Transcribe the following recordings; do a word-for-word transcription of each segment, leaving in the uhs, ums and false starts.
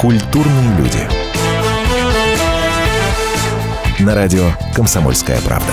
Культурные люди. На радио «Комсомольская правда».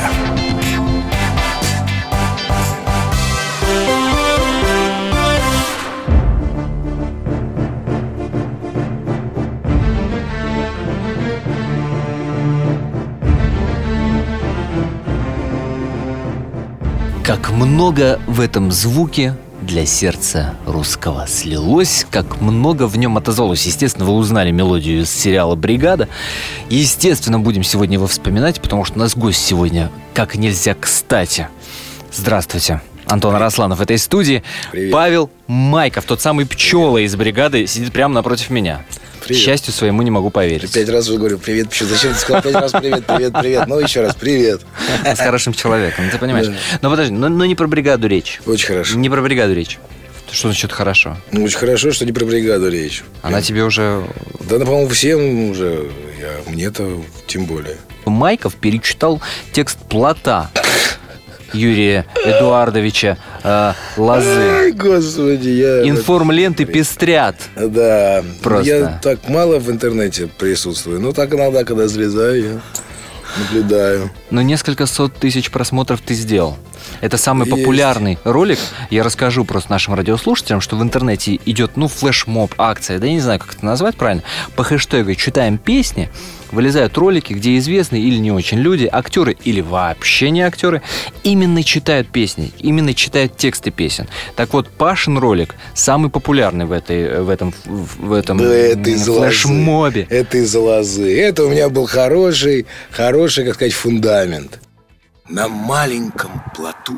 Как много в этом звуке для сердца русского слилось, как много в нем отозвалось. Естественно, вы узнали мелодию из сериала «Бригада». Естественно, будем сегодня его вспоминать, потому что у нас гость сегодня как нельзя кстати. Здравствуйте. Антон Арасланов в этой студии. Привет. Павел Майков, тот самый пчела из «Бригады», сидит прямо напротив меня. Привет. К счастью своему не могу поверить. Пять раз уже говорю привет, пчела. Зачем ты сказал пять раз привет, привет, привет? Ну, еще раз привет. С хорошим человеком, ты понимаешь? Да. Но подожди, но, но не про «Бригаду» речь. Очень хорошо. Не про «Бригаду» речь. Что значит хорошо? Ну, очень хорошо, что не про «Бригаду» речь. Она я... тебе уже... Да, ну, по-моему, всем уже. Я... Мне-то тем более. Майков перечитал текст «Плота» Юрия Эдуардовича э, Лозы. Ай, господи, я... Информленты пестрят. Да. Просто. Я так мало в интернете присутствую. Ну, так иногда, когда залезаю, я наблюдаю. Но несколько сот тысяч просмотров ты сделал. Это самый Есть. популярный ролик. Я расскажу просто нашим радиослушателям, что в интернете идет, ну, флешмоб, акция, да я не знаю, как это назвать правильно. По хэштегу «Читаем песни» вылезают ролики, где известные или не очень люди, актеры или вообще не актеры, именно читают песни, именно читают тексты песен. Так вот, Пашин ролик самый популярный в, этой, в этом, в этом да, это флешмобе. Это из-за Лозы. Это у меня был хороший, хороший, как сказать, фундамент. На маленьком плоту,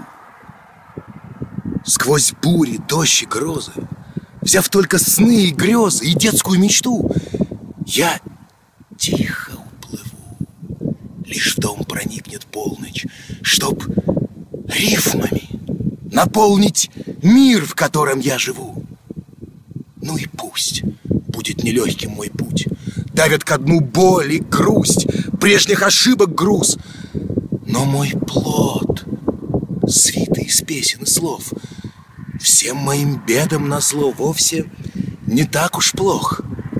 сквозь бури, дождь и грозы, взяв только сны и грезы и детскую мечту, я тихо уплыву. Лишь в дом проникнет полночь, чтоб рифмами наполнить мир, в котором я живу. Ну и пусть будет нелегким мой путь, давят ко дну боль и грусть, прежних ошибок груз. Но мой плод, свитый из песен и слов, всем моим бедам назло вовсе не так уж плох.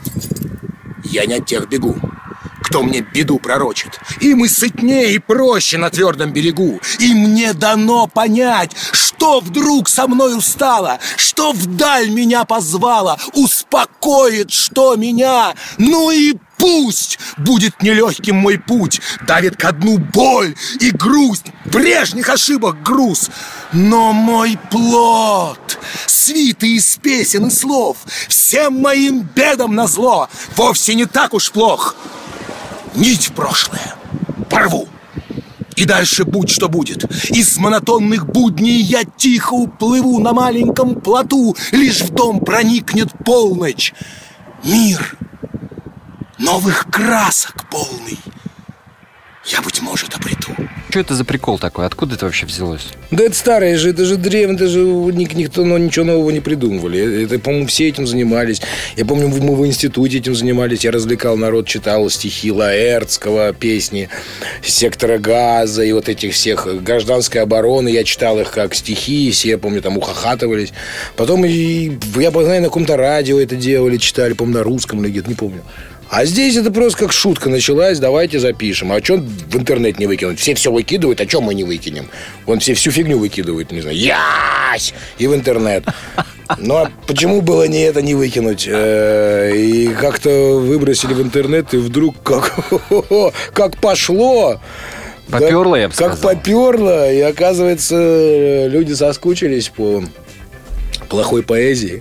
Я не от тех бегу, кто мне беду пророчит. Им и сытнее, и проще на твердом берегу. И мне дано понять, что вдруг со мною стало, что вдаль меня позвало, успокоит, что меня. Ну и пусть будет нелегким мой путь, давит ко дну боль и грусть, прежних ошибок груз. Но мой плод, свитый из песен и слов, всем моим бедам назло, вовсе не так уж плох. Нить в прошлое порву, и дальше будь что будет. Из монотонных будней я тихо уплыву на маленьком плоту, лишь в дом проникнет полночь. Мир новых красок полный я, быть может, обрету. Что это за прикол такой? Откуда это вообще взялось? Да это старое же, это же древнее, это же никто ну, ничего нового не придумывали. Это, по-моему, все этим занимались. Я помню, мы в институте этим занимались. Я развлекал народ, читал стихи Лаэртского, песни «Сектора газа» и вот этих всех гражданской обороны. Я читал их как стихи, и все, я помню, там ухахатывались. Потом, и, я знаю, на каком-то радио это делали, читали, помню, на русском или где-то, не помню. А здесь это просто как шутка началась, давайте запишем. А что в интернет не выкинуть? Все все выкидывают, а что мы не выкинем? Вон все всю фигню выкидывают, не знаю, ясь! И в интернет. Ну, а почему было не это не выкинуть? И как-то выбросили в интернет, и вдруг как, как пошло. Поперло, да, я бы сказал. Как поперло, и оказывается, люди соскучились по плохой поэзии.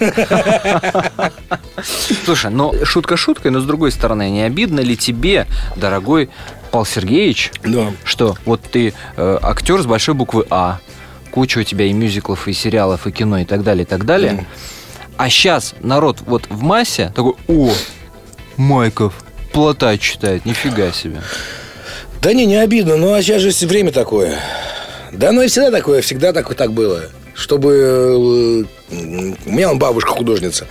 Слушай, ну шутка шуткой, но с другой стороны, не обидно ли тебе, дорогой Павел Сергеевич, да. что вот ты э, актер с большой буквы А, куча у тебя и мюзиклов, и сериалов, и кино, и так далее, и так далее. Mm. А сейчас народ вот в массе такой: о, Майков, Плота читает, нифига себе. Да не, не обидно, ну а сейчас же время такое. Да оно и всегда такое, всегда так, так было. Чтобы... У меня вон бабушка художница,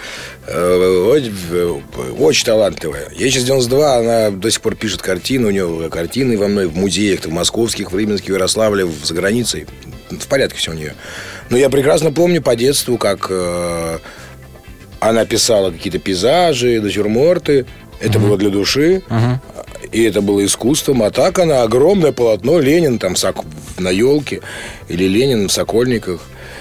очень талантливая. Ей сейчас девяносто два, она до сих пор пишет картины. У нее картины во мной в музеях, в московских, в Рыбинске, в Ярославле, за границей. В порядке все у нее. Но я прекрасно помню по детству, как Она писала какие-то пейзажи, натюрморты. Это угу. было для души. Угу. И это было искусством. А так она огромное полотно. Ленин там на елке. Или Ленин в Сокольниках.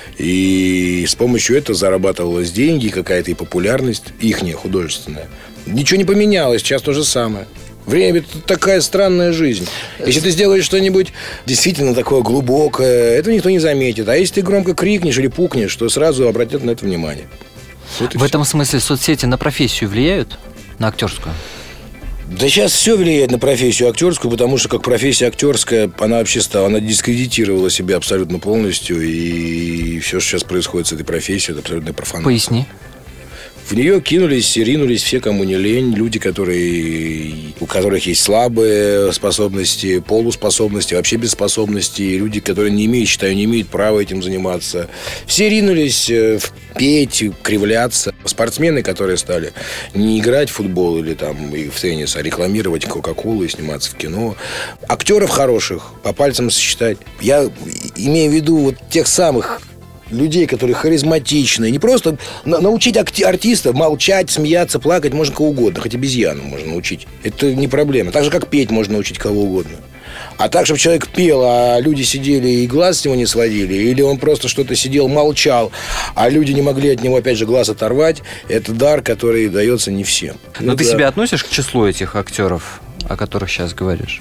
И с помощью этого зарабатывалось деньги, какая-то и популярность ихняя, художественная. Ничего не поменялось, сейчас то же самое. Время – это такая странная жизнь. Если ты сделаешь что-нибудь действительно такое глубокое, это никто не заметит. А если ты громко крикнешь или пукнешь, то сразу обратят на это внимание. Вот в этом смысле соцсети на профессию влияют? На актерскую? Да сейчас все влияет на профессию актерскую, потому что как профессия актерская, она вообще стала, она дискредитировала себя абсолютно полностью, и все, что сейчас происходит с этой профессией, это абсолютно профанация. Поясни. В нее кинулись и ринулись все, кому не лень, люди, которые, у которых есть слабые способности, полуспособности, вообще бесспособности, люди, которые не имеют, считаю, не имеют права этим заниматься. Все ринулись петь, кривляться. Спортсмены, которые стали не играть в футбол или там и в теннис, а рекламировать Кока-Колу и сниматься в кино. Актеров хороших по пальцам сосчитать. Я имею в виду вот тех самых людей, которые харизматичные. Не просто на- научить акти- артиста молчать, смеяться, плакать можно кого угодно. Хоть обезьяну можно научить. Это не проблема. Так же, как петь можно научить кого угодно. А так, чтобы человек пел, а люди сидели и глаз с него не сводили, или он просто что-то сидел, молчал, а люди не могли от него, опять же, глаз оторвать, это дар, который дается не всем. Но ну, ты да. себя относишь к числу этих актеров, о которых сейчас говоришь?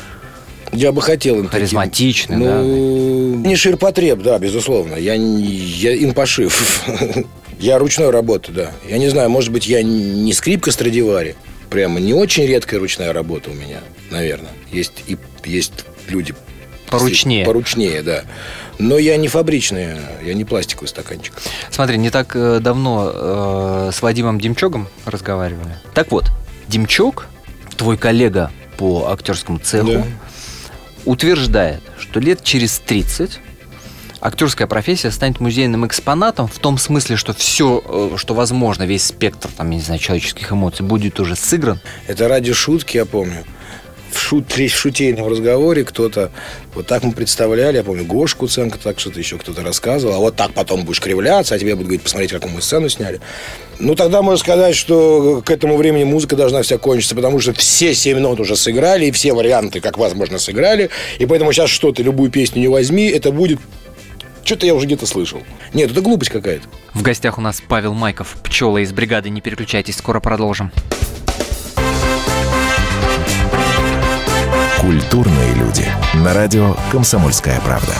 Я бы хотел им харизматичный, таким. да? Ну, не ширпотреб, да, безусловно. Я, я им пошив. Я ручной работы, да. Я не знаю, может быть, я не скрипка Страдивари. Прямо не очень редкая ручная работа у меня, наверное. Есть и есть люди поручнее. Поручнее, да. Но я не фабричный, я не пластиковый стаканчик. Смотри, не так давно э, с Вадимом Демчогом разговаривали. Так вот, Демчог, твой коллега по актерскому цеху, да, утверждает, что лет через тридцать актерская профессия станет музейным экспонатом в том смысле, что все, что возможно, весь спектр, там, я не знаю, человеческих эмоций будет уже сыгран. Это ради шутки, я помню. В, шут, в шутейном разговоре кто-то, вот так мы представляли, я помню, Гоша Куценко, так что-то еще кто-то рассказывал, а вот так потом будешь кривляться, а тебе будут говорить, посмотрите, какую мы сцену сняли. Ну, тогда можно сказать, что к этому времени музыка должна вся кончиться, потому что все семь нот уже сыграли, и все варианты, как возможно, сыграли, и поэтому сейчас что-то, любую песню не возьми, это будет... Что-то я уже где-то слышал. Нет, это глупость какая-то. В гостях у нас Павел Майков, пчела из бригады. Не переключайтесь, скоро продолжим. Культурные люди. На радио «Комсомольская правда».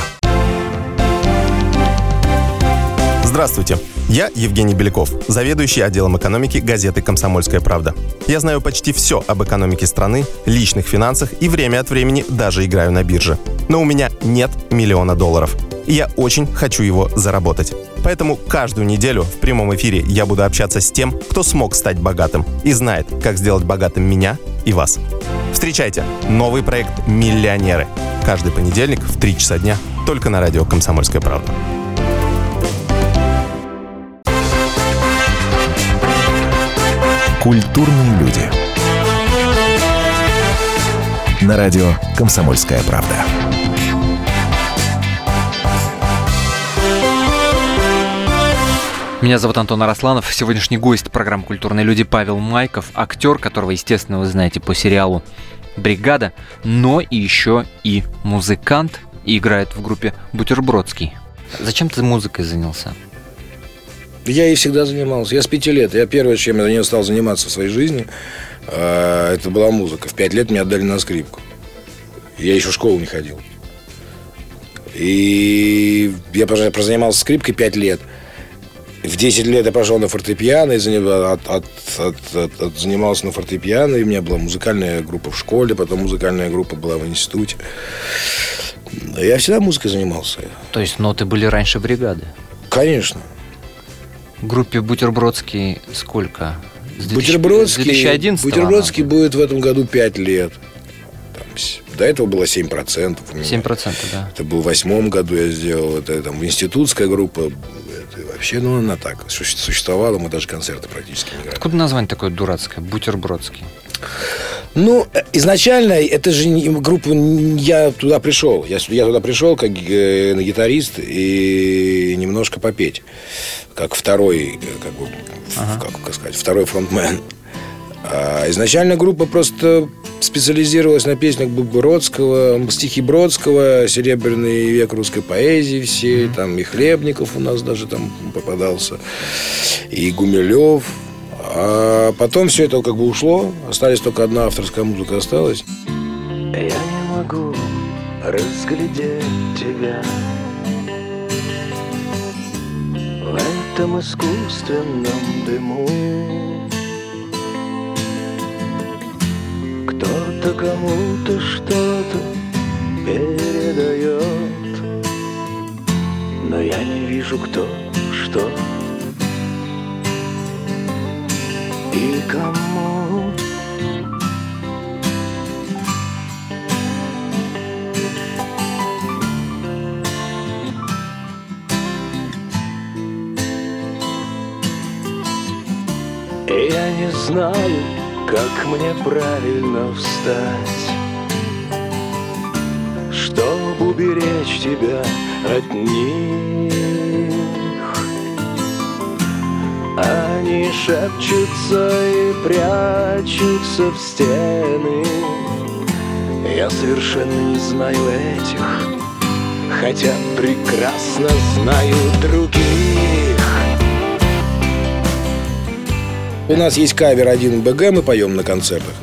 Здравствуйте. Я Евгений Беляков, заведующий отделом экономики газеты «Комсомольская правда». Я знаю почти все об экономике страны, личных финансах и время от времени даже играю на бирже. Но у меня нет миллиона долларов. И я очень хочу его заработать. Поэтому каждую неделю в прямом эфире я буду общаться с тем, кто смог стать богатым и знает, как сделать богатым меня и вас. Встречайте новый проект «Миллионеры». Каждый понедельник в три часа дня только на радио «Комсомольская правда». Культурные люди. На радио «Комсомольская правда». Меня зовут Антон Арасланов. Сегодняшний гость программы «Культурные люди» Павел Майков, актер, которого, естественно, вы знаете по сериалу «Бригада», но и еще и музыкант, и играет в группе «Бутербродский». Зачем ты музыкой занялся? Я ей всегда занимался. Я с пяти лет. Я первое, чем я не стал заниматься в своей жизни, это была музыка. В пять лет меня отдали на скрипку. Я еще в школу не ходил. И я прозанимался скрипкой пять лет. В десять лет я пошел на фортепиано и от, от, от, от, от, занимался на фортепиано. И у меня была музыкальная группа в школе, потом музыкальная группа была в институте. Я всегда музыкой занимался. То есть ноты были раньше бригады? Конечно. В группе «Бутербродский» сколько? С Бутербродский, две тысячи одиннадцатого Бутербродский будет в этом году пять лет. Там, до этого было семь процентов у меня. семь процентов, да. Это был в восьмом году я сделал. Это там институтская группа. Это вообще, ну, она так существовала. Мы даже концерты практически не играли. Откуда название такое дурацкое? Бутербродский. Ну, изначально это же группа... Я туда пришел. Я, я туда пришел как гитарист и немножко попеть. Как второй, как бы, ага. как, как сказать, второй фронтмен. А изначально группа просто специализировалась на песнях Бродского, стихи Бродского, серебряный век русской поэзии все, mm-hmm. там и Хлебников у нас даже там попадался, и Гумилев. А потом все это как бы ушло, остались только одна авторская музыка осталась. Я не могу разглядеть тебя в этом искусственном дыму. Кто-то кому-то что-то передает, но я не вижу, кто, что и кому. И я не знаю, как мне правильно встать, чтобы уберечь тебя от них. Они шепчутся и прячутся в стены. Я совершенно не знаю этих, хотя прекрасно знаю других. У нас есть кавер один БГ, мы поем на концертах.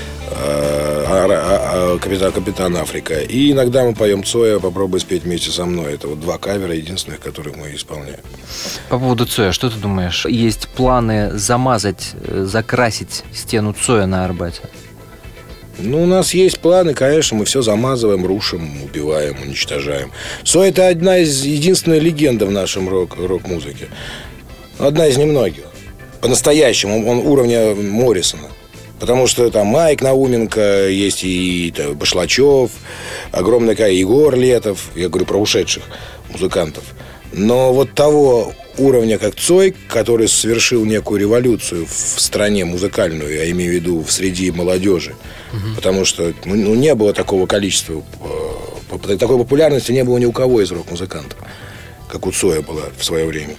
Капитан, Капитан Африка. И иногда мы поем Цоя, попробуй спеть вместе со мной. Это вот два кавера единственных, которых мы исполняем. По поводу Цоя, что ты думаешь? Есть планы замазать, закрасить стену Цоя на Арбате? Ну, у нас есть планы, конечно, мы все замазываем, рушим, убиваем, уничтожаем. Цой — это одна из единственной легенды в нашем рок, рок-музыке. Одна из немногих. По-настоящему, он уровня Моррисона. Потому что там Майк Науменко, есть и там, Башлачев, огромная какая, Егор Летов, я говорю про ушедших музыкантов. Но вот того уровня, как Цой, который совершил некую революцию в стране музыкальную, я имею в виду в среди молодежи, угу. Потому что ну, не было такого количества, такой популярности не было ни у кого из рок-музыкантов, как у Цоя была в свое время.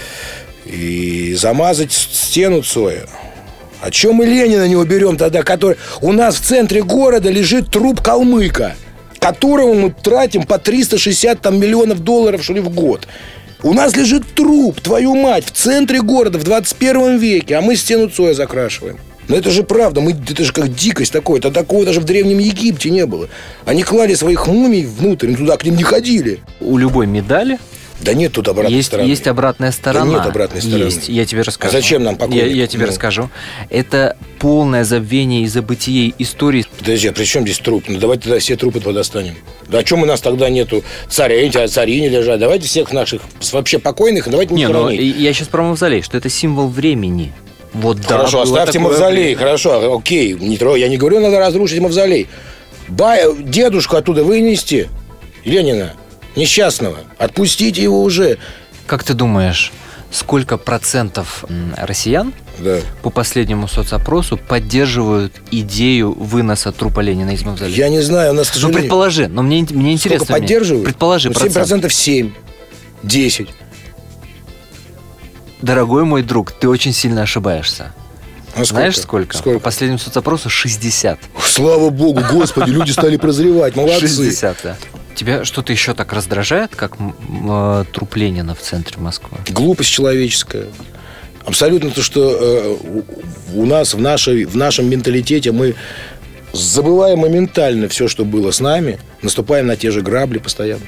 И замазать стену Цоя. А чем мы Ленина не уберем тогда, который... У нас в центре города лежит труп калмыка, которого мы тратим по триста шестьдесят там, миллионов долларов, что ли, в год. У нас лежит труп, твою мать, в центре города в двадцать первом веке, а мы стену Цоя закрашиваем. Но это же правда, мы, это же как дикость такой. Это такого даже в Древнем Египте не было. Они клали своих мумий внутрь, туда к ним не ходили. У любой медали Да нет тут обратной есть, стороны. Есть обратная сторона. Да нет обратной стороны. Есть, я тебе расскажу. А зачем нам покойник? Я, я тебе ну. расскажу. Это полное забвение и забытие истории. Подожди, а при чем здесь труп? Ну давайте тогда все трупы подостанем. Да о чем у нас тогда нету царей, а цари не лежат? Давайте всех наших вообще покойных, давайте не, не хоронить. Ну, я сейчас про мавзолей, что это символ времени. Вот, хорошо, да, оставьте мавзолей, хорошо, окей. Не трогай. Я не говорю, надо разрушить мавзолей. Бай, дедушку оттуда вынести, Ленина, несчастного. Отпустите его уже. Как ты думаешь, сколько процентов россиян да. по последнему соцопросу поддерживают идею выноса трупа Ленина из мавзолея? Я не знаю, у нас, к сожалению... Ну, предположи, но мне, мне интересно. Сколько поддерживают? Предположи, ну, семь процентов семь, десять. Дорогой мой друг, ты очень сильно ошибаешься. А знаешь, сколько? сколько? По последнему соцопросу шестьдесят. Слава богу, господи, люди стали прозревать, молодцы. шестьдесят, да. Тебя что-то еще так раздражает, как э, труп Ленина в центре Москвы? Глупость человеческая. Абсолютно то, что э, у нас в, нашей, в нашем менталитете мы забываем моментально все, что было с нами, наступаем на те же грабли постоянно.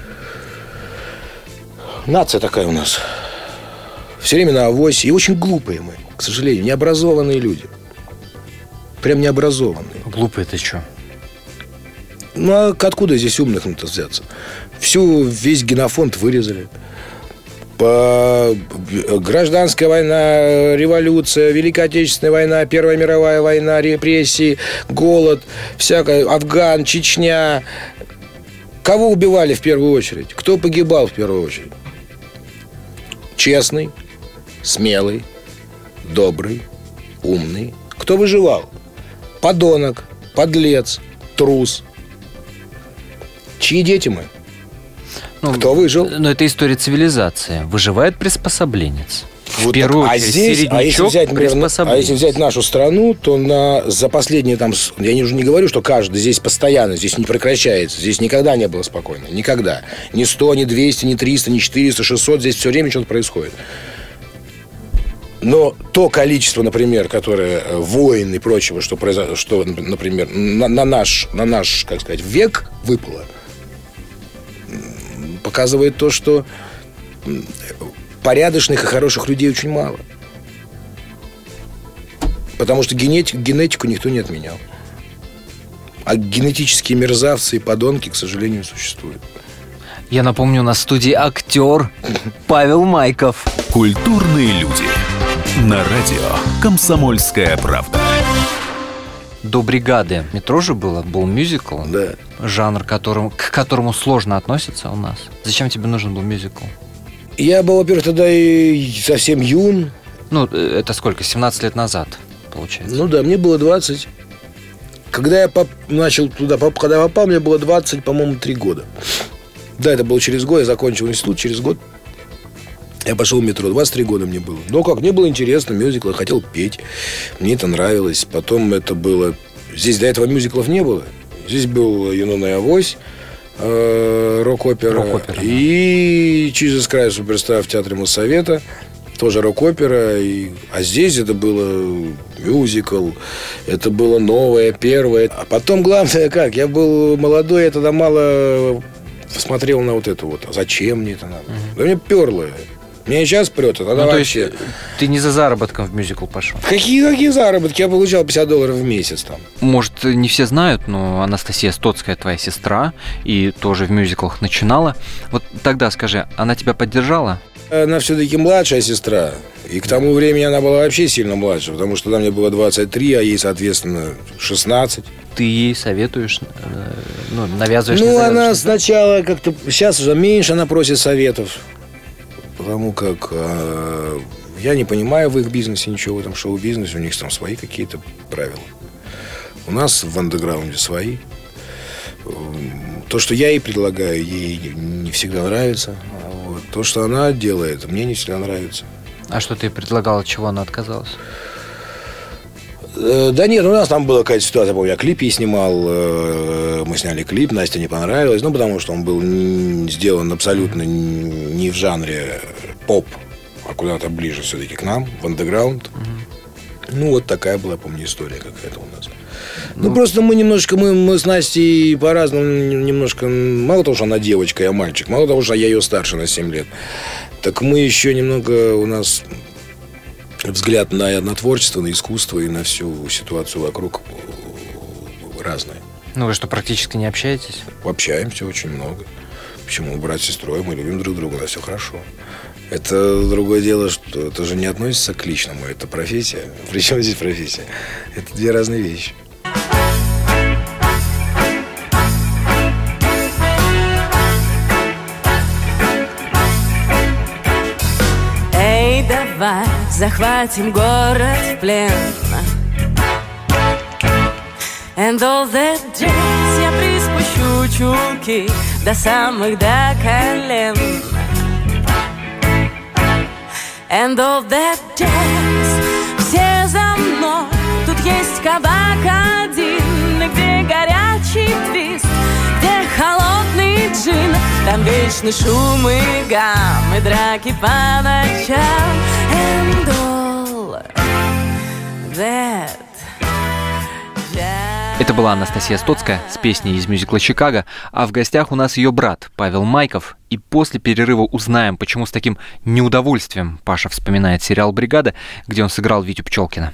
Нация такая у нас. Все время на авосе. И очень глупые мы, к сожалению, необразованные люди. Прям необразованные. Глупые ты что? Ну, а откуда здесь умных-то взяться? Всю, весь генофонд вырезали. По... Гражданская война, революция, Великая Отечественная война, Первая мировая война, репрессии, голод, всякое, Афган, Чечня. Кого убивали в первую очередь? Кто погибал в первую очередь? Честный, смелый, добрый, умный. Кто выживал? Подонок, подлец, трус. Чьи дети мы? Ну, кто выжил? Но это история цивилизации. Выживает приспособленец. В вот первую так, очередь, а здесь, а если, взять, например, а если взять нашу страну, то на, за последние там, я уже не говорю, что каждый здесь постоянно, здесь не прекращается, здесь никогда не было спокойно, никогда. Ни сто, ни двести, ни триста, ни четыреста, шестьсот, здесь все время что-то происходит. Но то количество, например, которое войн и прочего, что, произошло, что например, на, на, наш, на наш, как сказать, век выпало, показывает то, что порядочных и хороших людей очень мало. Потому что генетик, генетику никто не отменял. А генетические мерзавцы и подонки, к сожалению, существуют. Я напомню, на студии актер Павел Майков. Культурные люди. На радио «Комсомольская правда». До «Бригады» метро же было, был мюзикл. Да. Жанр, которым, к которому сложно относится у нас. Зачем тебе нужен был мюзикл? Я был, во-первых, тогда и совсем юн. Ну, это сколько? семнадцать лет назад, получается. Ну да, мне было двадцать. Когда я поп- начал туда, поп- когда я попал, мне было двадцать, по-моему, три года. Да, это было через год, я закончил институт, через год я пошел в метро, двадцать три года мне было. Ну как, мне было интересно, мюзикл, я хотел петь, мне это нравилось. Потом это было... Здесь до этого мюзиклов не было. Здесь был «Юнона и Авось», э, рок-опера, рок-опера, и «Jesus Christ Суперстар» в Театре Моссовета, тоже рок-опера. И... А здесь это было мюзикл, это было новое, первое. А потом, главное, как, я был молодой, я тогда мало смотрел на вот это вот. Зачем мне это надо? Uh-huh. Да мне перло. Мне и сейчас прет, а тогда ну, вообще... То есть ты не за заработком в мюзикл пошел? Какие, какие заработки? Я получал пятьдесят долларов в месяц там. Может, не все знают, но Анастасия Стоцкая твоя сестра и тоже в мюзиклах начинала. Вот тогда скажи, она тебя поддержала? Она все-таки младшая сестра. И к тому времени она была вообще сильно младше, потому что тогда мне было двадцать три, а ей, соответственно, шестнадцать. Ты ей советуешь, ну, навязываешь? Ну, она сначала как-то... Сейчас уже меньше она просит советов. Потому как э, я не понимаю в их бизнесе ничего, в этом шоу-бизнесе. У них там свои какие-то правила. У нас в андеграунде свои. То, что я ей предлагаю, ей не всегда нравится. А вот то, что она делает, мне не всегда нравится. А что ты предлагал, от чего она отказалась? Э, да нет, у нас там была какая-то ситуация. Помню, я клип ей снимал. Э, мы сняли клип, Насте не понравилось. Ну, потому что он был сделан абсолютно не в жанре поп, а куда-то ближе все-таки к нам, в андеграунд. Mm-hmm. Ну, вот такая была, помню, история какая-то у нас. Ну, ну просто мы немножко, мы, мы с Настей по-разному немножко... Мало того, что она девочка, я мальчик. Мало того, что я ее старше на семь лет. Так мы еще немного... У нас взгляд на, на творчество, на искусство и на всю ситуацию вокруг разные. Ну, вы что, практически не общаетесь? Общаемся очень много. Почему? Брат с сестрой, мы любим друг друга, у нас все хорошо. Это другое дело, что это же не относится к личному, это профессия. Причем здесь профессия? Это две разные вещи. Эй, давай захватим город в плен. And all that jazz, я приспущу чулки до самых до колен. And all that jazz, все за мной. Тут есть кабак один, где горячий твист, где холодный джин. Там вечный шум и гам, и драки по ночам. And all that jazz. Это была Анастасия Стоцкая с песней из мюзикла «Чикаго», а в гостях у нас ее брат Павел Майков. И после перерыва узнаем, почему с таким неудовольствием Паша вспоминает сериал «Бригада», где он сыграл Витю Пчелкина.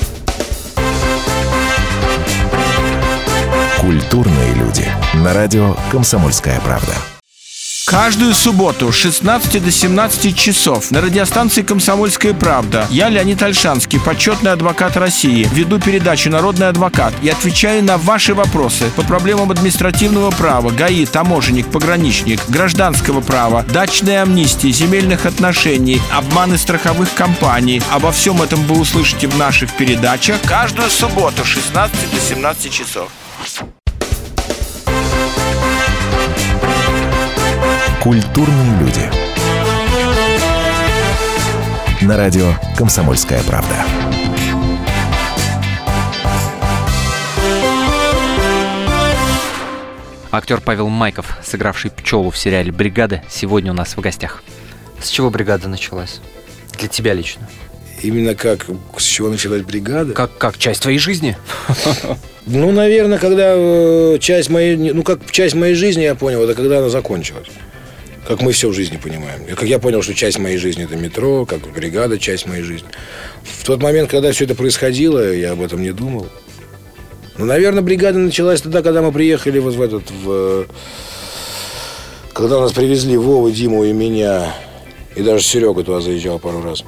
Культурные люди. На радио «Комсомольская правда». Каждую субботу с шестнадцати до семнадцати часов на радиостанции «Комсомольская правда» я, Леонид Ольшанский, почетный адвокат России, веду передачу «Народный адвокат» и отвечаю на ваши вопросы по проблемам административного права, ГАИ, таможенник, пограничник, гражданского права, дачной амнистии, земельных отношений, обманы страховых компаний. Обо всем этом вы услышите в наших передачах каждую субботу с шестнадцати до семнадцати часов. Культурные люди. на радио «Комсомольская правда». Актер Павел Майков, сыгравший Пчелу в сериале «Бригада», сегодня у нас в гостях. С чего «Бригада» началась? Для тебя лично. Именно как, с чего началась «Бригада»? Как, как часть твоей жизни? Ну, наверное, когда э, часть моей... Ну, как часть моей жизни, я понял, это когда она закончилась. Как мы все в жизни понимаем. И как я понял, что часть моей жизни – это метро, как «Бригада» – часть моей жизни. В тот момент, когда все это происходило, я об этом не думал. Ну, наверное, «Бригада» началась тогда, когда мы приехали вот в этот... В... Когда нас привезли Вову, Диму и меня, и даже Серега туда заезжал пару раз.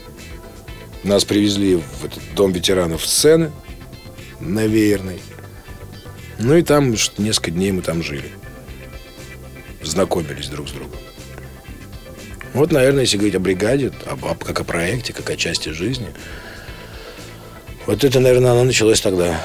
Нас привезли в этот дом ветеранов сцены на Веерной. Ну и там несколько дней мы там жили. Знакомились друг с другом. Вот, наверное, если говорить о «Бригаде», об, об, как о проекте, как о части жизни, вот это, наверное, оно началось тогда.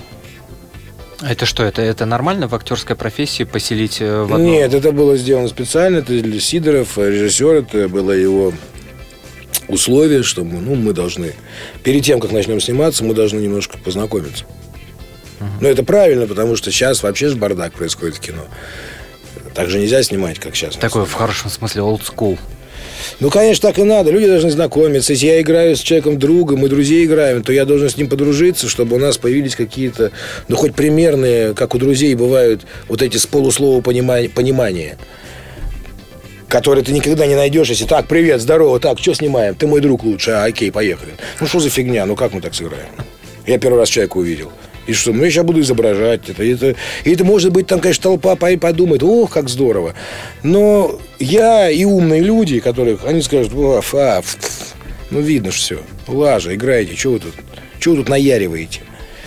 А это что, это, это нормально в актерской профессии поселить в одном? Нет, это было сделано специально. Это для Сидоров, режиссер, это было его условие, что мы, ну, мы должны, перед тем, как начнем сниматься, мы должны немножко познакомиться. Uh-huh. Но это правильно, потому что сейчас вообще же бардак происходит в кино. Так же нельзя снимать, как сейчас. Такой в хорошем смысле old school. Ну, конечно, так и надо. Люди должны знакомиться. Если я играю с человеком другом, мы друзей играем, то я должен с ним подружиться, чтобы у нас появились какие-то, ну, хоть примерные, как у друзей бывают, вот эти с полуслова понимания, понимания, которые ты никогда не найдешь, если так, привет, здорово, так, что снимаем? Ты мой друг лучше, а, окей, поехали. Ну, что за фигня, ну, как мы так сыграем? Я первый раз человека увидел. И что, ну, я сейчас буду изображать это. это. И это, может быть, там, конечно, толпа подумает, ох, как здорово. Но я и умные люди, которых, они скажут, оф, а, ф, ф. Ну, видно же все. Лажа, играете, что вы тут, что вы тут наяриваете?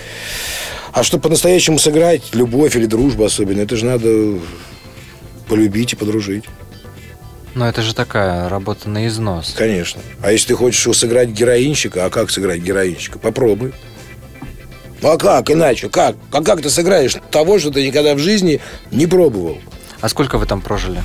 А чтобы по-настоящему сыграть, любовь или дружбу особенно, это же надо полюбить и подружить. Но это же такая работа на износ. Конечно. А если ты хочешь сыграть героинщика, а как сыграть героинщика? Попробуй. А как иначе? Как? А как ты сыграешь того, что ты никогда в жизни не пробовал? А сколько вы там прожили?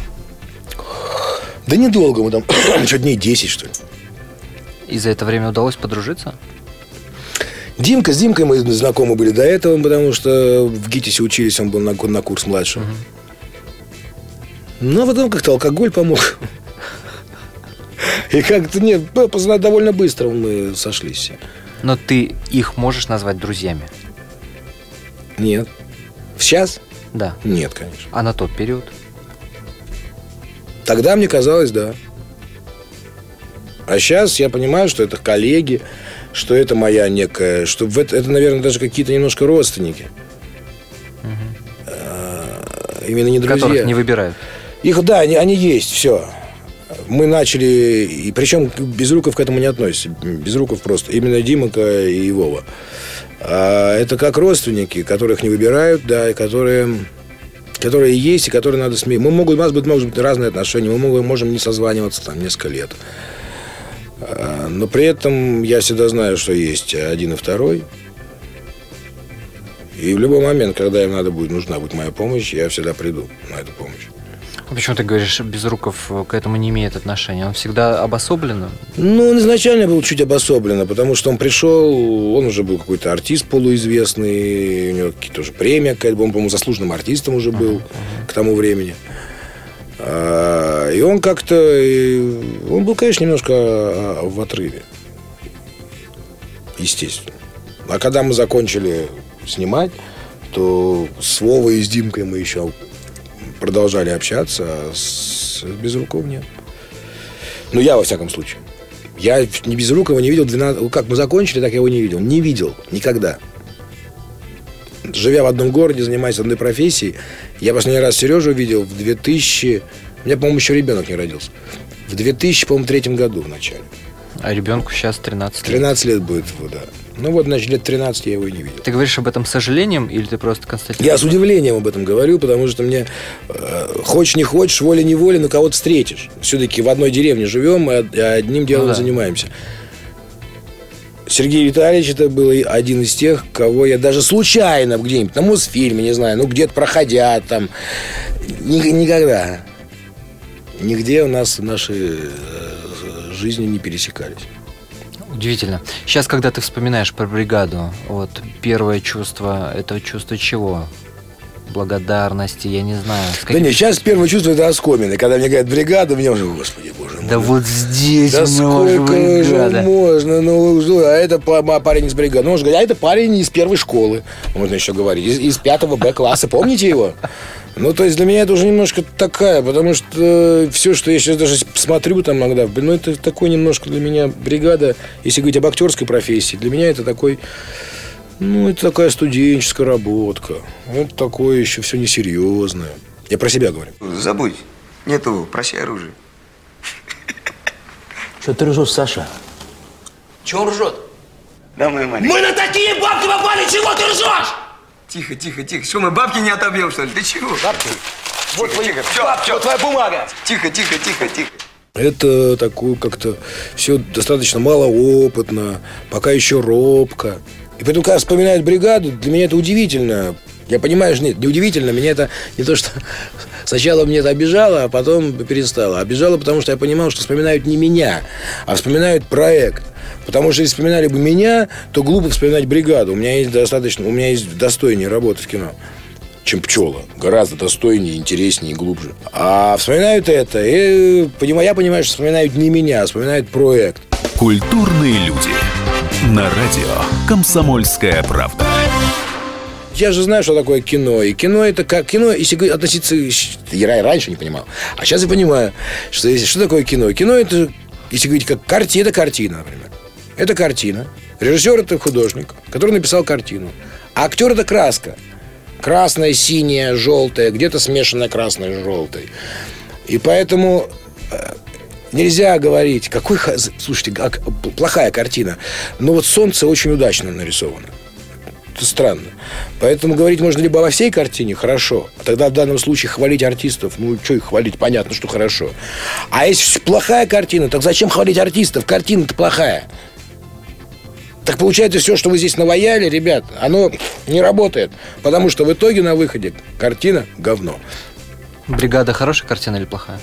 Да недолго мы там. Что, дней десять, что ли. И за это время удалось подружиться? Димка, с Димкой мы знакомы были до этого, потому что в ГИТИСе учились, он был на, на курс младше. Угу. Ну, а потом как-то алкоголь помог. И как-то, нет, довольно быстро мы сошлись. Но ты их можешь назвать друзьями? Нет. Сейчас? Да. Нет, конечно. А на тот период? Тогда мне казалось, да. А сейчас я понимаю, что это коллеги, что это моя некая... Что это, это наверное, даже какие-то немножко родственники. Угу. А, именно не друзья. Которых не выбирают. Их, да, они, они есть, все. Мы начали, и причем Безруков к этому не относится. Безруков просто, именно Димка и Вова. А это как родственники, которых не выбирают, да, и которые, которые есть, и которые надо сменить. Мы могут, у нас быть, может быть разные отношения, мы можем, можем не созваниваться там несколько лет. А, но при этом я всегда знаю, что есть один и второй. И в любой момент, когда им надо будет, нужна будет моя помощь, я всегда приду на эту помощь. А почему ты говоришь, Безруков к этому не имеет отношения? Он всегда обособлен? Ну, он изначально был чуть обособлен, потому что он пришел, он уже был какой-то артист полуизвестный, у него какие-то уже премии, он, по-моему, заслуженным артистом уже был uh-huh. к тому времени. И он как-то, он был, конечно, немножко в отрыве, естественно. А когда мы закончили снимать, то с Вовой и с Димкой мы еще продолжали общаться, а с Безруковым нет. Ну, я, во всяком случае. Я ни Безрукова не видел двенадцать... Как мы закончили, так я его не видел. Не видел. Никогда. Живя в одном городе, занимаясь одной профессией, я последний раз Сережу видел в две тысячи... У меня, по-моему, еще ребенок не родился. В две тысячи, по-моему, третьем году в начале. А ребенку сейчас тринадцать лет. тринадцать лет будет, да. Ну вот, значит, лет тринадцать я его и не видел. Ты говоришь об этом с сожалением или ты просто констатируешь? Я с удивлением об этом говорю, потому что мне э, хочешь не хочешь, волей-неволей, но кого-то встретишь. Все-таки в одной деревне живем, и одним делом ну, да. занимаемся. Сергей Витальевич это был один из тех, кого я даже случайно где-нибудь на Мосфильме, не знаю, ну где-то проходя там, ни, никогда. Нигде у нас в нашей жизни не пересекались. Удивительно. Сейчас, когда ты вспоминаешь про бригаду, вот первое чувство, это чувство чего? Благодарности, я не знаю. Да нет, сейчас первое чувство это оскомины. Когда мне говорят бригада, мне уже, господи, боже мой. Да вот здесь да сколько же можно, ну, а это парень из бригады. Ну, он же говорит, а это парень из первой школы, можно еще говорить, из, из пятого Б класса, помните его? Ну, то есть для меня это уже немножко такая, потому что все, что я сейчас даже смотрю там иногда, ну, это такой немножко для меня бригада, если говорить об актерской профессии, для меня это такой, ну, это такая студенческая работка. Это такое еще все несерьезное. Я про себя говорю. Забудь, нету, прощай оружие. Что ты ржешь, Саша? Чего он ржет? Да, моя маленькая. Мы на такие бабки попали, чего ты ржешь? Тихо, тихо, тихо. Что, мы бабки не отобьем, что ли? Ты чего? Бабки? Вот тихо, твои тихо. бабки, Все, вот твоя бумага. Тихо, тихо, тихо, тихо. Это такое как-то все достаточно малоопытно, пока еще робко. И поэтому, когда вспоминают бригаду, для меня это удивительно. Я понимаю, что нет, не удивительно. Меня это не то, что сначала мне это обижало, а потом перестало. Обижало, потому что я понимал, что вспоминают не меня, а вспоминают проект. Потому что если вспоминали бы меня, то глупо вспоминать бригаду. У меня есть достаточно, у меня есть достойнее работы в кино, чем «Пчела». Гораздо достойнее, интереснее и глубже. А вспоминают это, и я понимаю, что вспоминают не меня, а вспоминают проект. Культурные люди. На радио «Комсомольская правда». Я же знаю, что такое кино. И кино это как кино, если относиться... Я раньше не понимал. А сейчас я понимаю, что, если, что такое кино. Кино это, если говорить как картина, это картина, например. Это картина. Режиссер это художник, который написал картину. А актер это краска. Красная, синяя, желтая, где-то смешанная красной с желтой. И поэтому нельзя говорить, какой... Слушайте, плохая картина. Но вот солнце очень удачно нарисовано. Это странно. Поэтому говорить можно либо во всей картине, хорошо. А тогда в данном случае хвалить артистов. Ну, что их хвалить? Понятно, что хорошо. А если плохая картина, так зачем хвалить артистов? Картина-то плохая. Так получается, все, что вы здесь наваяли, ребят, оно не работает. Потому что в итоге на выходе картина говно. «Бригада» хорошая картина или плохая?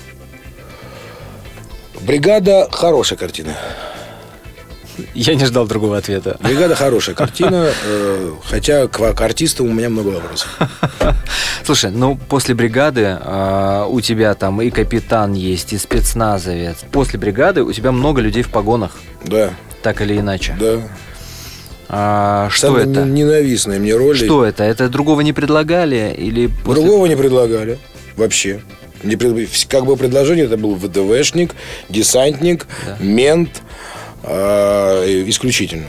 «Бригада» хорошая картина. Я не ждал другого ответа. «Бригада» хорошая картина, э, хотя к, к артистам у меня много вопросов. Слушай, ну после «Бригады» э, у тебя там и капитан есть, и спецназовец. После «Бригады» у тебя много людей в погонах. Да. Так или иначе. Да. А, что Самая это? Ненавистная мне роль. Что это? Это другого не предлагали? Или после... Другого не предлагали. Вообще. Не пред... Как бы предложение, это был ВДВшник, десантник, да. мент. э, исключительно.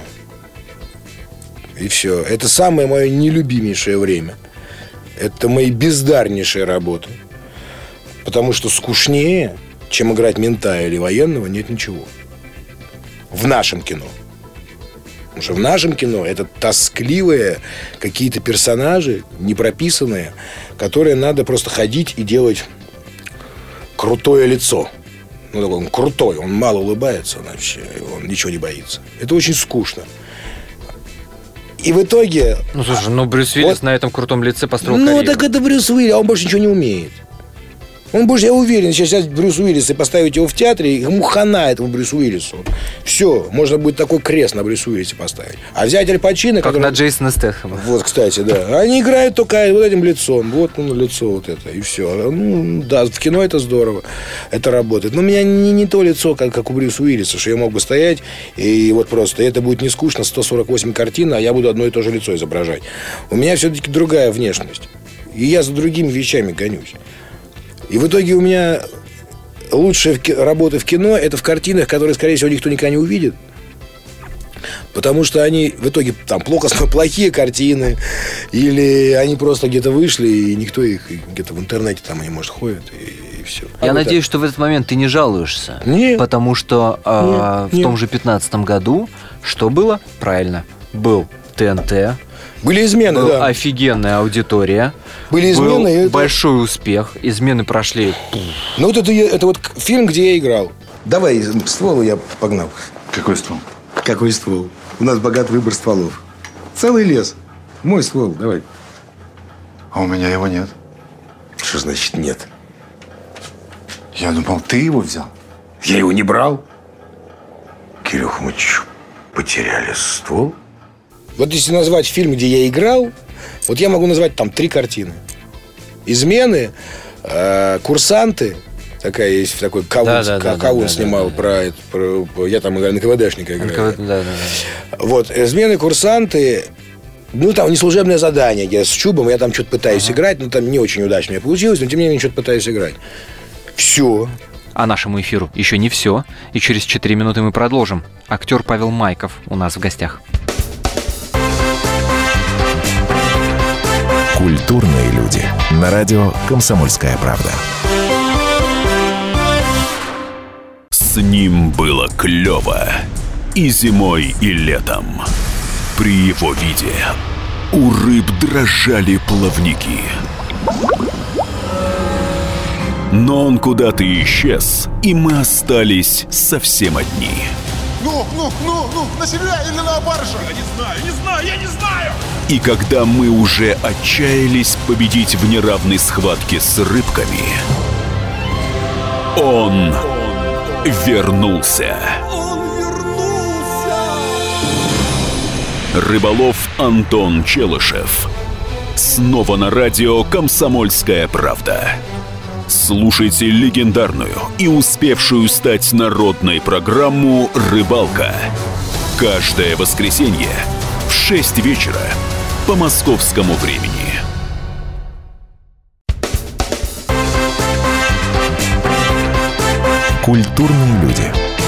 И все. Это самое мое нелюбимейшее время. Это мои бездарнейшие работы. Потому что скучнее, чем играть мента или военного, нет ничего. В нашем кино. Потому что в нашем кино это тоскливые какие-то персонажи, непрописанные, которые надо просто ходить и делать крутое лицо. Ну, такой он крутой, он мало улыбается, он вообще, он ничего не боится. Это очень скучно. И в итоге... Ну, слушай, ну Брюс Уиллис вот, на этом крутом лице построил ну, карьеру. Ну, так это Брюс Уиллис, а он больше ничего не умеет. Он больше, я уверен, сейчас взять Брюс Уиллиса и поставить его в театре, ему хана этому Брюсу Уиллису. Все, можно будет такой крест на Брюс Уиллисе поставить. А взять Аль Пачино... Как который... на Джейсона Стэтхэма. Вот, кстати, да. Они играют только вот этим лицом. Вот, ну, лицо вот это, и все. Ну, да, в кино это здорово. Это работает. Но у меня не, не то лицо, как, как у Брюса Уиллиса, что я мог бы стоять, и вот просто это будет не скучно, сто сорок восемь картин, а я буду одно и то же лицо изображать. У меня все-таки другая внешность. И я за другими вещами гонюсь. И в итоге у меня лучшие работы в кино — это в картинах, которые, скорее всего, никто никогда не увидит. Потому что они в итоге там плохо, плохие картины, или они просто где-то вышли, и никто их где-то в интернете там они, может, ходят, и, и все. Я а надеюсь, так. что в этот момент ты не жалуешься. Нет. Потому что э, нет, в нет. том же пятнадцатом году что было? Правильно. Был ТНТ. Были измены, Была да. офигенная аудитория. Были измены. Был это... большой успех. Измены прошли. Ну вот это, это вот фильм, где я играл. Давай ствол, я погнал. Какой ствол? Какой ствол? У нас богат выбор стволов. Целый лес. Мой ствол, давай. А у меня его нет. Что значит нет? Я думал, ты его взял. Я его не брал. Кирюх, мы что, потеряли ствол? Вот если назвать фильм, где я играл, вот я могу назвать там три картины. «Измены», э, «Курсанты». Такая есть, такой Кавун, да, да, да, Кавун да, снимал да, да, про, это, про, про... Я там играю, на КВДшника играю. НКВД, да, да, да. Вот, «Измены», «Курсанты». Ну, там неслужебное задание. Я с Чубом, я там что-то пытаюсь ага. играть, но там не очень удачно мне получилось, но тем не менее что-то пытаюсь играть. Все. А нашему эфиру еще не все. И через четыре минуты мы продолжим. Актер Павел Майков у нас в гостях. Культурные люди. На радио «Комсомольская правда». С ним было клево и зимой, и летом. При его виде у рыб дрожали плавники. Но он куда-то исчез, и мы остались совсем одни. Ну, ну, ну, ну, на себя или на баржу? Я не знаю, не знаю, я не знаю! И когда мы уже отчаялись победить в неравной схватке с рыбками, он вернулся. Он вернулся! Рыболов Антон Челышев. Снова на радио «Комсомольская правда». Слушайте легендарную и успевшую стать народной программу «Рыбалка». Каждое воскресенье в шесть вечера по московскому времени. Культурные люди.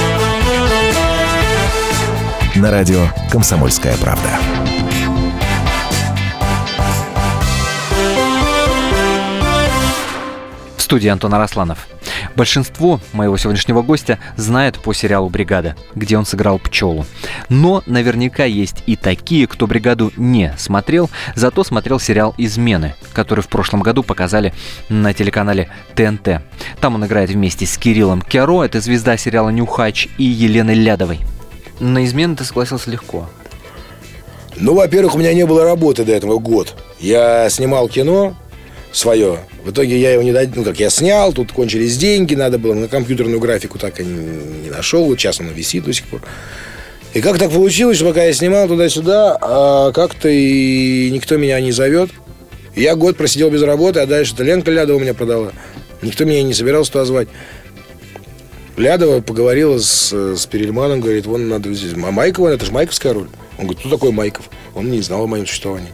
На радио «Комсомольская правда». В студии Антон Арасланов. Большинство моего сегодняшнего гостя знает по сериалу «Бригада», где он сыграл пчелу. Но наверняка есть и такие, кто «Бригаду» не смотрел, зато смотрел сериал «Измены», который в прошлом году показали на телеканале ТНТ. Там он играет вместе с Кириллом Кяро, это звезда сериала «Нюхач», и Еленой Лядовой. На «Измены» ты согласился легко. Ну, во-первых, у меня не было работы до этого год. Я снимал кино свое. В итоге я его не додел. Ну, как я снял, тут кончились деньги, надо было на компьютерную графику, так и не нашел. Вот сейчас она висит до сих пор. И как так получилось, что пока я снимал туда-сюда, а как-то и никто меня не зовет. Я год просидел без работы, а дальше-то Ленка Лядова меня продала. Никто меня не собирался туда звать. Лядова поговорила с, с Перельманом, говорит, вон надо здесь. А Майков, это же майковская роль. Он говорит, кто такой Майков? Он не знал о моем существовании.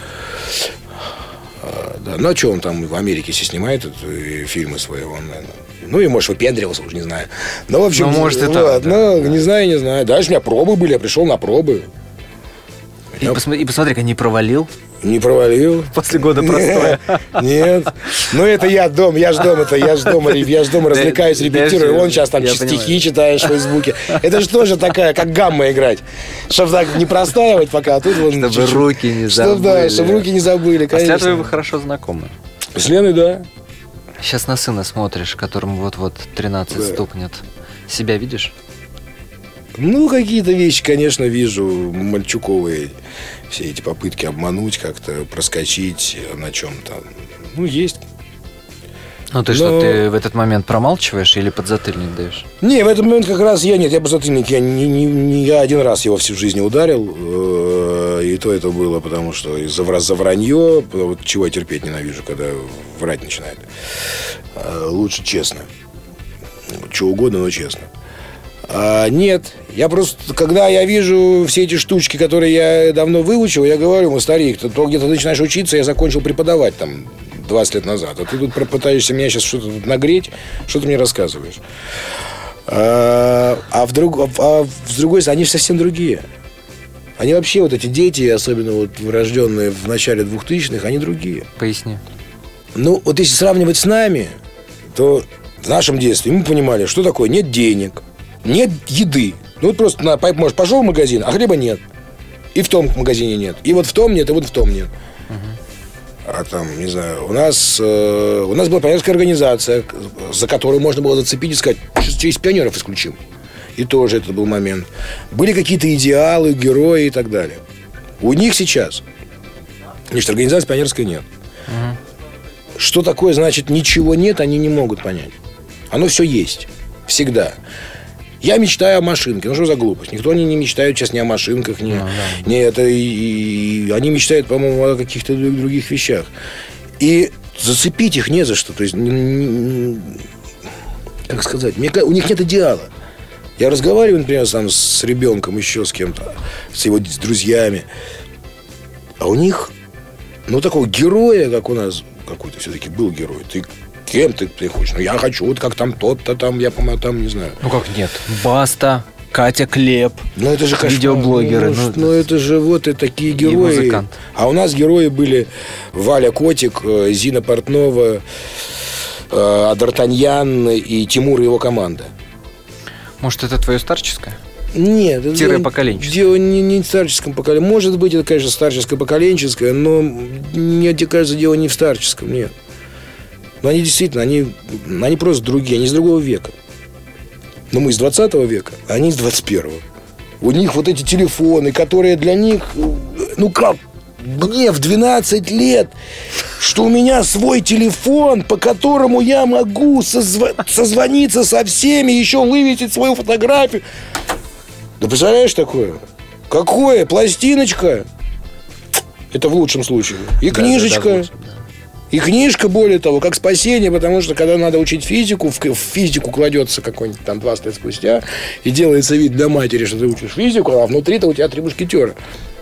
А, да. Ну, а что он там в Америке все снимает это, фильмы свои? Он, наверное, ну, и, может, выпендривался, уже не знаю. Ну, в общем, ну, может, вот, это, да, ну, да. не знаю, не знаю. Дальше у меня пробы были, я пришел на пробы. И, я... посмотри, и посмотри, как не провалил. Не провалил. После года простоя. Нет. Ну, это я дома, я ж дома-то, я ж дома, я ж дома развлекаюсь, репетирую. Он сейчас там стихи читаешь в Фейсбуке. Это же тоже такая, как гамма играть. Чтобы так не простаивать пока, а тут вон... Чтобы руки не забыли. Да, чтобы руки не забыли, конечно. А с Лядовой вы хорошо знакомы. С Леной, да. Сейчас на сына смотришь, которому вот-вот тринадцать да. стукнет. Себя видишь? Ну, какие-то вещи, конечно, вижу, мальчуковые. Все эти попытки обмануть, как-то проскочить на чем-то. Ну, есть. Ну, ты Но... что, ты в этот момент промалчиваешь или подзатыльник даешь? Не, в этот момент как раз я нет, я подзатыльник, я не, не, не я один раз его всю жизнь ударил, и то это было, потому что из-за за вранье, вот чего я терпеть ненавижу, когда врать начинает. Лучше честно. Чего угодно, но честно. А, нет, я просто, когда я вижу все эти штучки, которые я давно выучил, я говорю, ему, старик, ты то где-то начинаешь учиться, я закончил преподавать там двадцать лет назад, а ты тут пытаешься меня сейчас что-то нагреть, что ты мне рассказываешь. А, а, вдруг, а с другой стороны, они же совсем другие. Они вообще, вот эти дети, особенно вот рожденные в начале двухтысячных, они другие. Поясни. Ну, вот если сравнивать с нами, то в нашем детстве мы понимали, что такое нет денег, нет еды. Ну, вот просто, на, может, пошел в магазин, а хлеба нет. И в том магазине нет. И вот в том нет, и вот в том нет. Uh-huh. А там, не знаю, у нас, э, у нас была пионерская организация, за которую можно было зацепить и сказать, что из пионеров исключим. И тоже это был момент. Были какие-то идеалы, герои и так далее. У них сейчас, значит, организации пионерской нет. Uh-huh. Что такое, значит, ничего нет, они не могут понять. Оно все есть. Всегда. Я мечтаю о машинке. Ну, что за глупость? Никто не, не мечтает сейчас ни о машинках, ни, ну, да. ни это. И, и, они мечтают, по-моему, о каких-то других вещах. И зацепить их не за что. То есть, не, не, как сказать, мне, у них нет идеала. Я разговариваю, например, там, с ребенком, еще с кем-то, с его с друзьями. А у них, ну, такого героя, как у нас, какой-то все-таки был герой. Ты кем ты, ты хочешь? Ну, я хочу, вот как там тот-то там, я, по-моему, там, не знаю. Ну, как нет? Баста, Катя Клеп, ну, это же видеоблогеры. Ну, ну, ну, это же вот и такие герои. И а у нас герои были Валя Котик, Зина Портнова, Д'Артаньян и Тимур и его команда. Может, это твое старческое? Нет. Тире поколенческое? Дело не, не в старческом поколении. Может быть, это, конечно, старческое поколенческое, но мне кажется, дело не в старческом, нет. Но они действительно, они, они просто другие, они из другого века. Но мы из двадцатого века, а они из двадцать первого. У них вот эти телефоны, которые для них, ну как, мне в двенадцать лет, что у меня свой телефон, по которому я могу созв... созвониться со всеми, еще вывесить свою фотографию. Да представляешь такое? Какое? Пластиночка. Это в лучшем случае. И да, книжечка. Да, да, лучшем, да. И книжка, более того, как спасение, потому что когда надо учить физику, в, в физику кладется какой-нибудь там двадцать лет спустя, и делается вид для матери, что ты учишь физику, а внутри-то у тебя три мушкетера.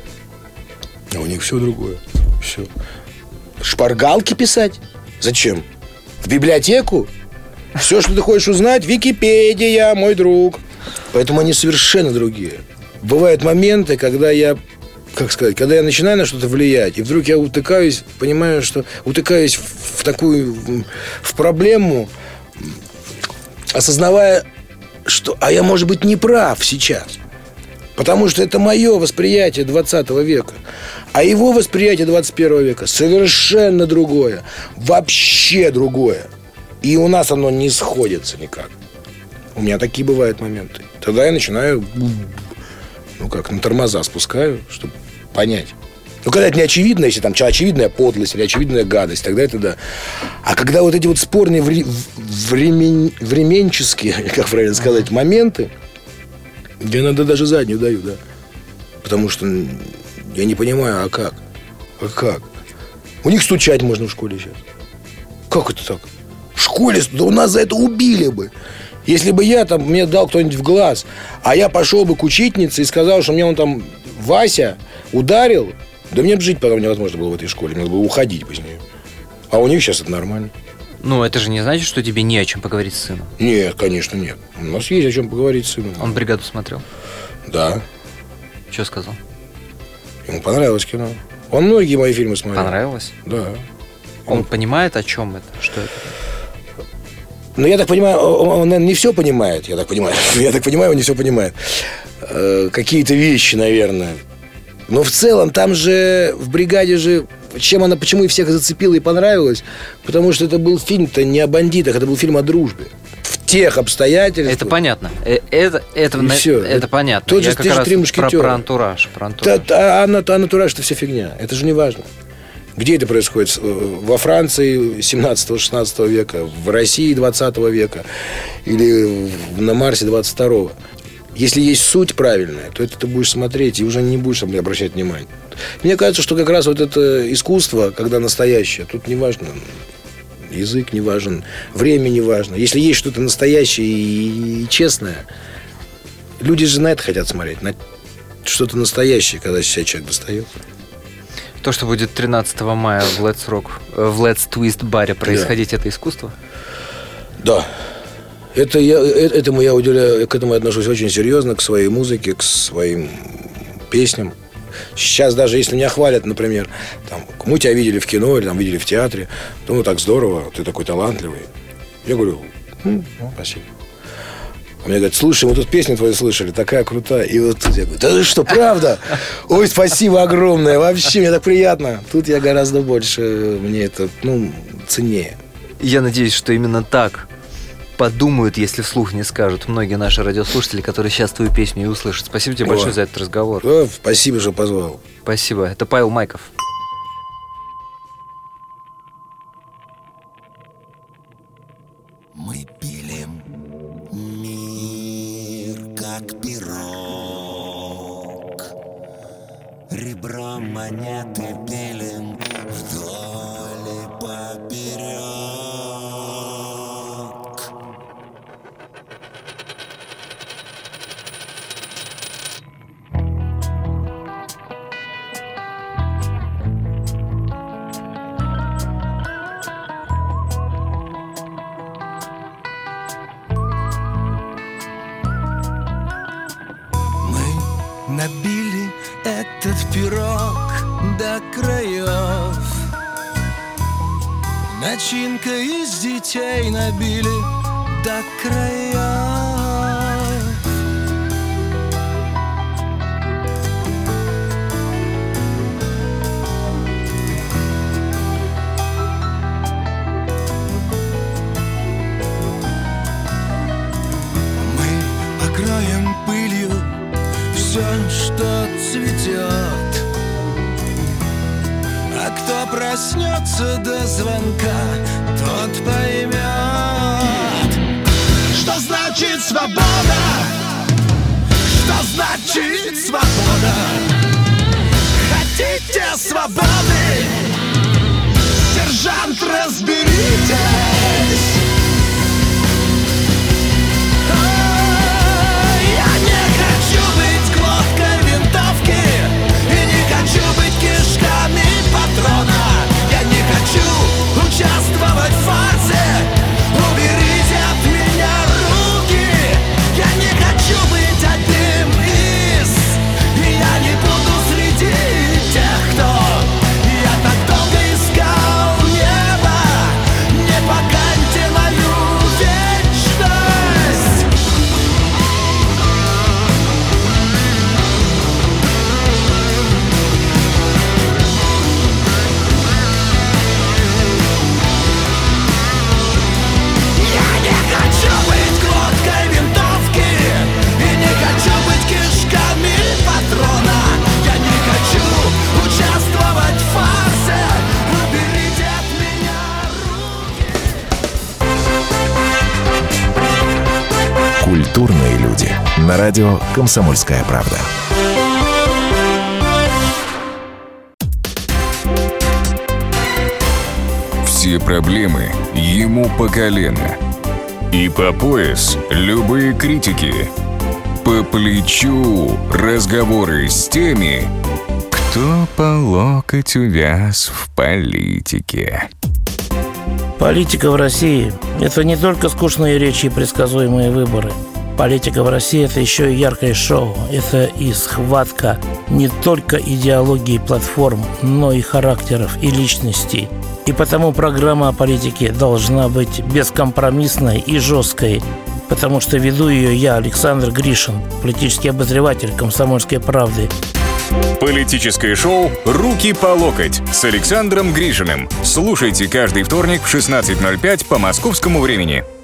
А у них все другое. Все. Шпаргалки писать? Зачем? В библиотеку? Все, что ты хочешь узнать, Википедия, мой друг. Поэтому они совершенно другие. Бывают моменты, когда я, как сказать, когда я начинаю на что-то влиять, и вдруг я утыкаюсь, понимаю, что утыкаюсь в, в такую, в проблему, осознавая, что, а я, может быть, не прав сейчас. Потому что это мое восприятие двадцатого века. А его восприятие двадцать первого века совершенно другое. Вообще другое. И у нас оно не сходится никак. У меня такие бывают моменты. Тогда я начинаю, ну как, на тормоза спускаю, чтобы понять. Ну, когда это не очевидно, если там очевидная подлость или очевидная гадость, тогда это да. А когда вот эти вот спорные вре- времен- временческие, как правильно сказать, моменты, я иногда даже заднюю даю, да. Потому что я не понимаю, а как? А как? У них стучать можно в школе сейчас. Как это так? В школе, да у нас за это убили бы. Если бы я там, мне дал кто-нибудь в глаз, а я пошел бы к учительнице и сказал, что мне он там Вася ударил, да мне бы жить потом невозможно было в этой школе. Мне надо было уходить бы с нее. А у них сейчас это нормально. Ну, это же не значит, что тебе не о чем поговорить с сыном. Нет, конечно, нет. У нас есть о чем поговорить с сыном. Он «Бригаду» смотрел? Да. Что сказал? Ему понравилось кино. Он многие мои фильмы смотрел. Понравилось? Да. Он ну, понимает, о чем это? Что это? Ну, я так понимаю, он, наверное, не все понимает. Я так понимаю. Я так понимаю, он не все понимает. Э, какие-то вещи, наверное. Но в целом, там же, в «Бригаде» же... Чем она, почему и всех зацепила и понравилась? Потому что это был фильм-то не о бандитах, это был фильм о дружбе. В тех обстоятельствах. Это понятно. Это, это, и все. это понятно. Тот же, Я как раз три мушкетера. Про, про антураж. Про антураж. Да, а, а антураж – это вся фигня. Это же не важно. Где это происходит? Во Франции семнадцатого-шестнадцатого века, в России двадцатого века или на Марсе двадцать второго. Если есть суть правильная, то это ты будешь смотреть и уже не будешь обращать внимание. Мне кажется, что как раз вот это искусство, когда настоящее, тут не важно язык, не важен, время не важно. Если есть что-то настоящее и честное, люди же на это хотят смотреть, на что-то настоящее, когда себя человек достает. То, что будет тринадцатого мая в Let's Rock, в Let's Twist баре происходить, да. Это искусство? Да. Это я, этому я уделяю, к этому я отношусь очень серьезно, к своей музыке, к своим песням. Сейчас даже если меня хвалят, например, там, мы тебя видели в кино или там, видели в театре, думаю, так здорово, ты такой талантливый. Я говорю, ну, спасибо. А мне говорят, слушай, мы тут песню твою слышали, такая крутая. И вот тут я говорю, да ты что, правда? Ой, спасибо огромное, вообще, мне так приятно. Тут я гораздо больше, мне это, ну, ценнее. Я надеюсь, что именно так подумают, если вслух не скажут многие наши радиослушатели, которые сейчас твою песню и услышат. Спасибо тебе О. большое за этот разговор. Да, спасибо, что позвал. Спасибо. Это Павел Майков. Мы пилим мир. ребром монеты пилим вдоль и поперек. Набили этот пирог до краев. Начинка из детей набили до краев. Мы покроем пылью все, что цветет. А кто проснется до звонка, тот поймет, что значит свобода, что значит свобода. Хотите свободы? Сержант, разберитесь. Я не хочу быть глоткой винтовки и не хочу быть кишками патрона. Я не хочу участвовать в фарсе. Уберите от меня руки. Я не хочу быть одним из. И я не буду среди тех, кто я так долго искал небо. Не поганьте мою вечность. Культурные люди. На радио «Комсомольская правда». Все проблемы ему по колено. И по пояс любые критики. По плечу разговоры с теми, кто по локоть увяз в политике. Политика в России – это не только скучные речи и предсказуемые выборы. Политика в России – это еще и яркое шоу. Это и схватка не только идеологии платформ, но и характеров и личностей. И потому программа о политике должна быть бескомпромиссной и жесткой, потому что веду ее я, Александр Гришин, политический обозреватель «Комсомольской правды». Политическое шоу «Руки по локоть» с Александром Гришиным. Слушайте каждый вторник в шестнадцать ноль пять по московскому времени.